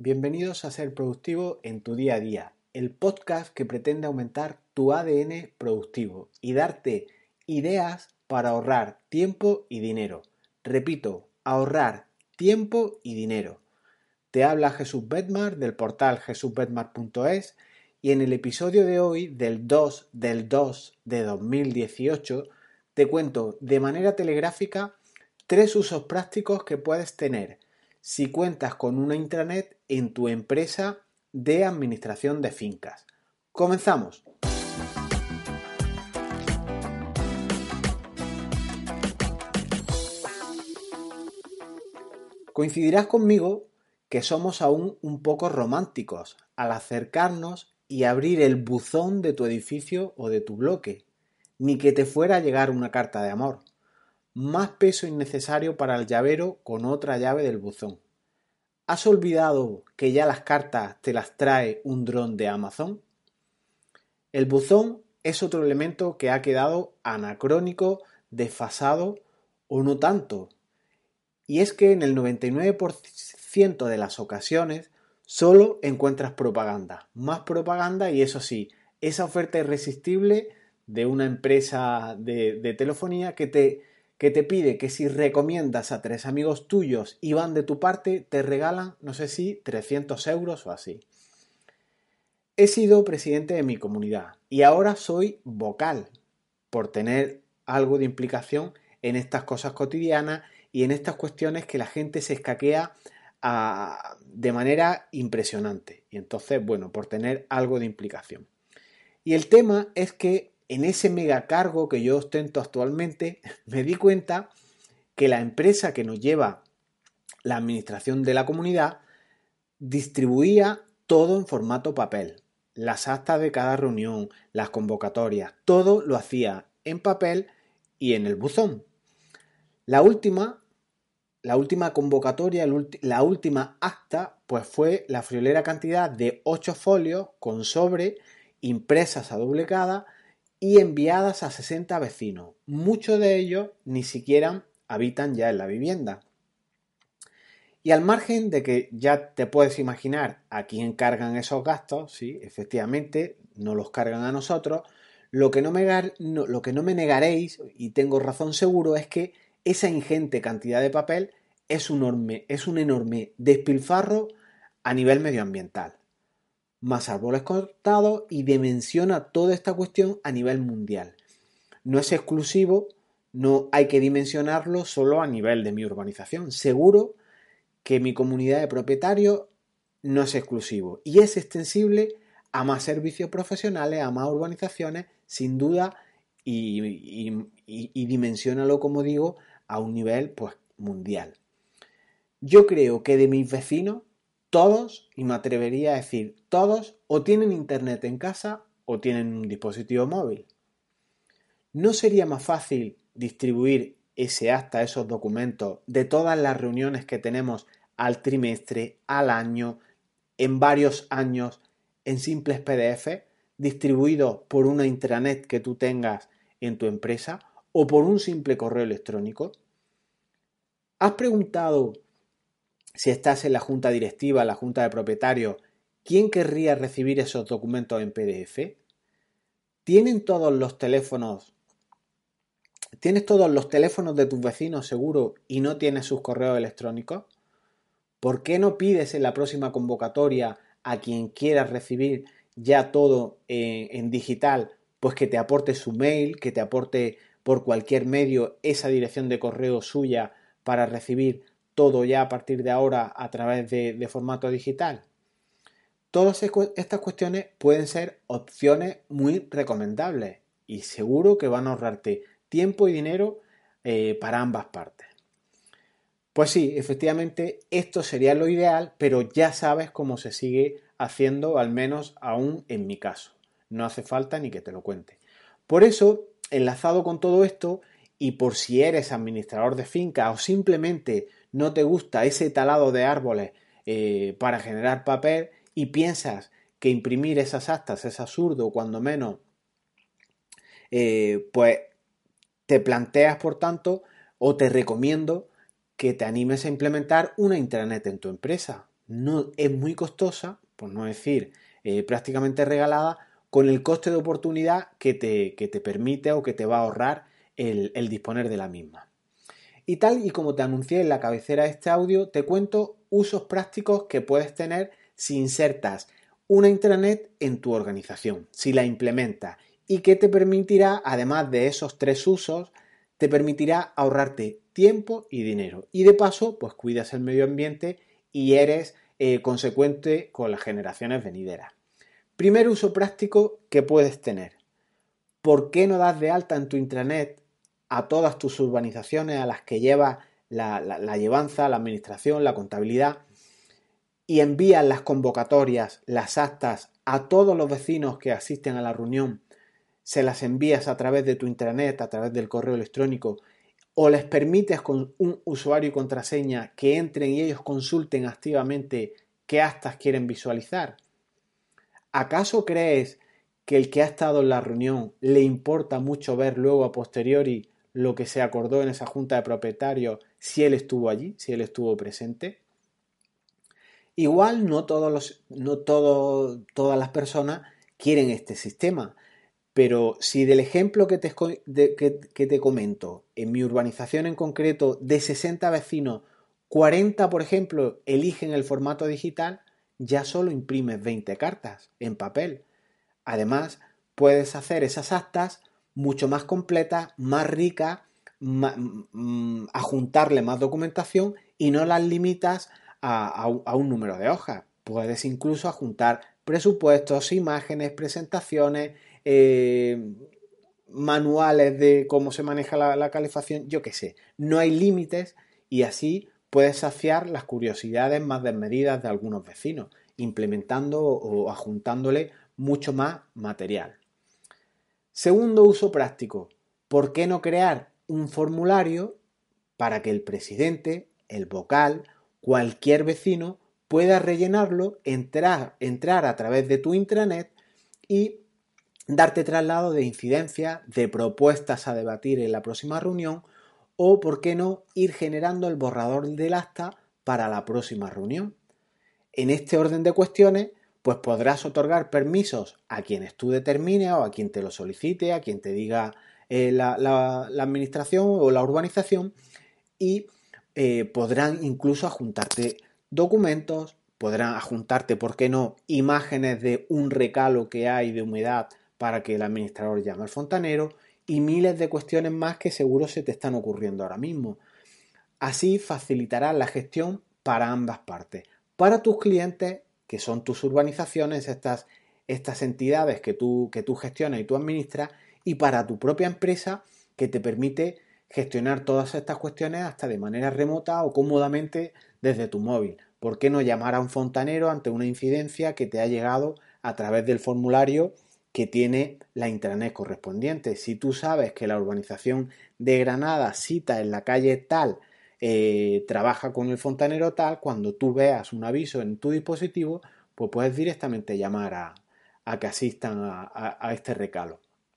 bienvenidos a Ser Productivo en tu día a día, el podcast que pretende aumentar tu ADN productivo y darte ideas para ahorrar tiempo y dinero. Repito, ahorrar tiempo y dinero. Te habla Jesús Bedmar del portal jesusbedmar.es y en el episodio de hoy, del 2 del 2 de 2018, te cuento de manera telegráfica 3 usos prácticos que puedes tener si cuentas con una intranet en tu empresa de administración de fincas. ¡Comenzamos! Coincidirás conmigo que somos aún un poco románticos al acercarnos y abrir el buzón de tu edificio o de tu bloque, ni que te fuera a llegar una carta de amor. Más peso innecesario para el llavero con otra llave del buzón. ¿Has olvidado que ya las cartas te las trae un dron de Amazon? El buzón es otro elemento que ha quedado anacrónico, desfasado o no tanto. Y es que en el 99% de las ocasiones solo encuentras propaganda. Más propaganda y eso sí, esa oferta irresistible de una empresa de telefonía que te pide que si recomiendas a 3 amigos tuyos y van de tu parte, te regalan, no sé si 300 euros o así. He sido presidente de mi comunidad y ahora soy vocal por tener algo de implicación en estas cosas cotidianas y en estas cuestiones que la gente se escaquea de manera impresionante. Y entonces, bueno, por tener algo de implicación. Y el tema es que en ese megacargo que yo ostento actualmente, me di cuenta que la empresa que nos lleva la administración de la comunidad distribuía todo en formato papel. Las actas de cada reunión, las convocatorias, todo lo hacía en papel y en el buzón. La última convocatoria, la última acta, pues fue la friolera cantidad de 8 folios con sobre, impresas a doble cara y enviadas a 60 vecinos. Muchos de ellos ni siquiera habitan ya en la vivienda. Y al margen de que ya te puedes imaginar a quién cargan esos gastos, sí, efectivamente, no los cargan a nosotros, lo que no me negaréis, y tengo razón seguro, es que esa ingente cantidad de papel es un enorme despilfarro a nivel medioambiental. Más árboles cortados y dimensiona toda esta cuestión a nivel mundial. No es exclusivo, no hay que dimensionarlo solo a nivel de mi urbanización. Seguro que mi comunidad de propietarios no es exclusivo y es extensible a más servicios profesionales, a más urbanizaciones, sin duda, y dimensiónalo, como digo, a un nivel pues mundial. Yo creo que de mis vecinos, todos, y me atrevería a decir todos, o tienen internet en casa o tienen un dispositivo móvil. ¿No sería más fácil distribuir ese acta, esos documentos de todas las reuniones que tenemos al trimestre, al año, en varios años, en simples PDF, distribuidos por una intranet que tú tengas en tu empresa o por un simple correo electrónico? ¿Has preguntado si estás en la junta directiva, la junta de propietarios, quién querría recibir esos documentos en PDF? ¿Tienes todos los teléfonos de tus vecinos seguro y no tienes sus correos electrónicos? ¿Por qué no pides en la próxima convocatoria a quien quieras recibir ya todo en digital, pues que te aporte su mail, que te aporte por cualquier medio esa dirección de correo suya para recibir todo ya a partir de ahora a través de formato digital? Todas estas cuestiones pueden ser opciones muy recomendables y seguro que van a ahorrarte tiempo y dinero para ambas partes. Pues sí, efectivamente esto sería lo ideal, pero ya sabes cómo se sigue haciendo, al menos aún en mi caso. No hace falta ni que te lo cuente. Por eso, enlazado con todo esto, y por si eres administrador de finca o simplemente no te gusta ese talado de árboles para generar papel y piensas que imprimir esas actas es absurdo, cuando menos, pues te planteas, por tanto, o te recomiendo que te animes a implementar una intranet en tu empresa. no es muy costosa, por no decir prácticamente regalada, con el coste de oportunidad que te permite o que te va a ahorrar el disponer de la misma. Y tal y como te anuncié en la cabecera de este audio, te cuento usos prácticos que puedes tener si insertas una intranet en tu organización, si la implementas, y que te permitirá, además de esos 3 usos, te permitirá ahorrarte tiempo y dinero. Y de paso, pues cuidas el medio ambiente y eres consecuente con las generaciones venideras. Primer uso práctico que puedes tener. ¿Por qué no das de alta en tu intranet a todas tus urbanizaciones a las que llevas la llevanza, la administración, la contabilidad y envías las convocatorias, las actas a todos los vecinos que asisten a la reunión? Se las envías a través de tu intranet, a través del correo electrónico, o les permites con un usuario y contraseña que entren y ellos consulten activamente qué actas quieren visualizar. ¿Acaso crees que el que ha estado en la reunión le importa mucho ver luego a posteriori lo que se acordó en esa junta de propietarios si él estuvo allí, si él estuvo presente? Igual todas las personas quieren este sistema, pero si del ejemplo que te comento, en mi urbanización en concreto, de 60 vecinos, 40, por ejemplo, eligen el formato digital, ya solo imprimes 20 cartas en papel. Además, puedes hacer esas actas mucho más completas, más ricas, adjuntarle más documentación y no las limitas a un número de hojas. Puedes incluso adjuntar presupuestos, imágenes, presentaciones, manuales de cómo se maneja la calefacción, yo qué sé. No hay límites y así puedes saciar las curiosidades más desmedidas de algunos vecinos, implementando o adjuntándole mucho más material. Segundo uso práctico, ¿por qué no crear un formulario para que el presidente, el vocal, cualquier vecino pueda rellenarlo, entrar a través de tu intranet y darte traslado de incidencias, de propuestas a debatir en la próxima reunión o, por qué no, ir generando el borrador del acta para la próxima reunión? En este orden de cuestiones, pues podrás otorgar permisos a quienes tú determines o a quien te lo solicite, a quien te diga la administración o la urbanización y podrán incluso adjuntarte documentos, podrán adjuntarte, ¿por qué no?, imágenes de un recalo que hay de humedad para que el administrador llame al fontanero y miles de cuestiones más que seguro se te están ocurriendo ahora mismo. Así facilitarás la gestión para ambas partes. Para tus clientes, que son tus urbanizaciones, estas entidades que tú gestionas y tú administras, y para tu propia empresa, que te permite gestionar todas estas cuestiones hasta de manera remota o cómodamente desde tu móvil. ¿Por qué no llamar a un fontanero ante una incidencia que te ha llegado a través del formulario que tiene la intranet correspondiente? Si tú sabes que la urbanización de Granada cita en la calle tal, trabaja con el fontanero tal, cuando tú veas un aviso en tu dispositivo, pues puedes directamente llamar a que asistan a este recalo.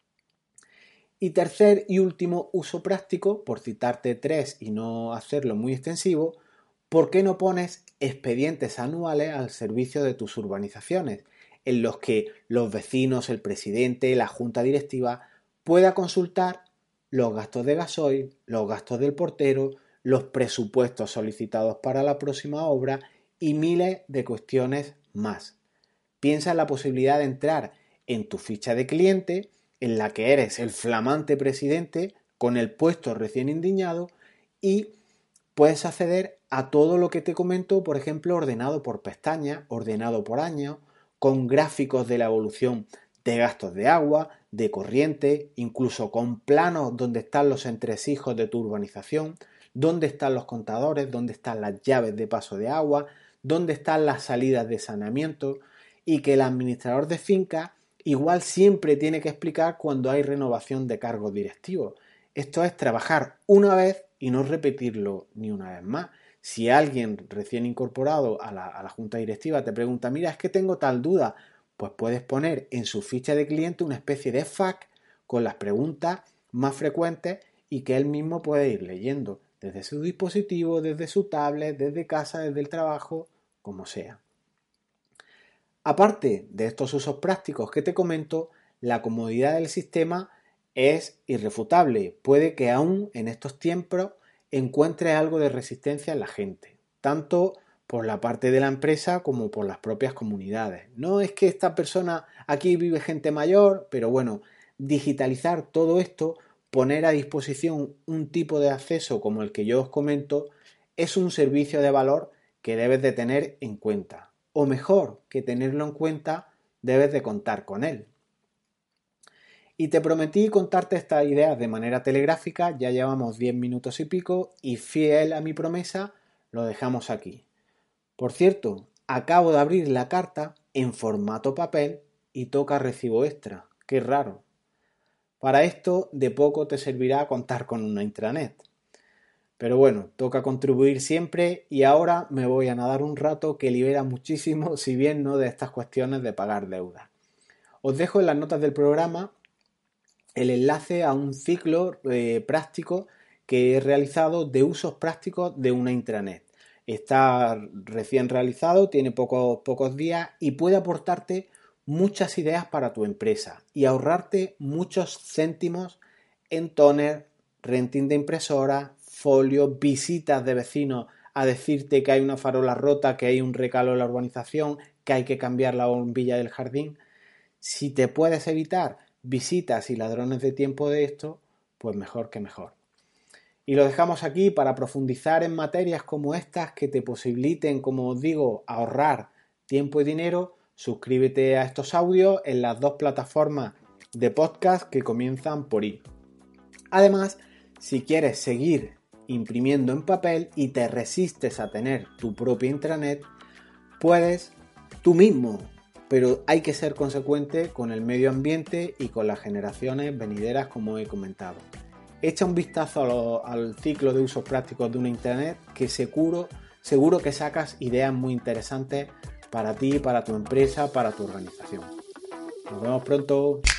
Y tercer y último uso práctico, por citarte 3 y no hacerlo muy extensivo, ¿por qué no pones expedientes anuales al servicio de tus urbanizaciones, en los que los vecinos, el presidente, la junta directiva pueda consultar los gastos de gasoil, los gastos del portero, los presupuestos solicitados para la próxima obra y miles de cuestiones más? Piensa en la posibilidad de entrar en tu ficha de cliente, en la que eres el flamante presidente con el puesto recién indiñado, y puedes acceder a todo lo que te comento, por ejemplo, ordenado por pestañas, ordenado por año, con gráficos de la evolución de gastos de agua, de corriente, incluso con planos donde están los entresijos de tu urbanización, dónde están los contadores, dónde están las llaves de paso de agua, dónde están las salidas de saneamiento, y que el administrador de finca igual siempre tiene que explicar cuando hay renovación de cargos directivos. Esto es trabajar una vez y no repetirlo ni una vez más. Si alguien recién incorporado a la junta directiva te pregunta, mira, es que tengo tal duda, pues puedes poner en su ficha de cliente una especie de FAQ con las preguntas más frecuentes y que él mismo puede ir leyendo desde su dispositivo, desde su tablet, desde casa, desde el trabajo, como sea. Aparte de estos usos prácticos que te comento, la comodidad del sistema es irrefutable. Puede que aún en estos tiempos encuentres algo de resistencia en la gente, tanto por la parte de la empresa como por las propias comunidades. No es que esta persona, aquí vive gente mayor, pero bueno, digitalizar todo esto, poner a disposición un tipo de acceso como el que yo os comento, es un servicio de valor que debes de tener en cuenta. O mejor que tenerlo en cuenta, debes de contar con él. Y te prometí contarte estas ideas de manera telegráfica, ya llevamos 10 minutos y pico y fiel a mi promesa, lo dejamos aquí. Por cierto, acabo de abrir la carta en formato papel y toca recibo extra. Qué raro. Para esto de poco te servirá contar con una intranet. Pero bueno, toca contribuir siempre y ahora me voy a nadar un rato que libera muchísimo, si bien no de estas cuestiones de pagar deudas. Os dejo en las notas del programa el enlace a un ciclo práctico que he realizado de usos prácticos de una intranet. Está recién realizado, tiene pocos días y puede aportarte muchas ideas para tu empresa y ahorrarte muchos céntimos en toner, renting de impresora, folio, visitas de vecinos a decirte que hay una farola rota, que hay un recalo en la urbanización, que hay que cambiar la bombilla del jardín. Si te puedes evitar visitas y ladrones de tiempo de esto, pues mejor que mejor. Y lo dejamos aquí para profundizar en materias como estas que te posibiliten, como os digo, ahorrar tiempo y dinero. Suscríbete a estos audios en las 2 plataformas de podcast que comienzan por I. Además, si quieres seguir imprimiendo en papel y te resistes a tener tu propia intranet, puedes tú mismo, pero hay que ser consecuente con el medio ambiente y con las generaciones venideras, como he comentado. Echa un vistazo al ciclo de usos prácticos de una intranet que seguro que sacas ideas muy interesantes para ti, para tu empresa, para tu organización. Nos vemos pronto.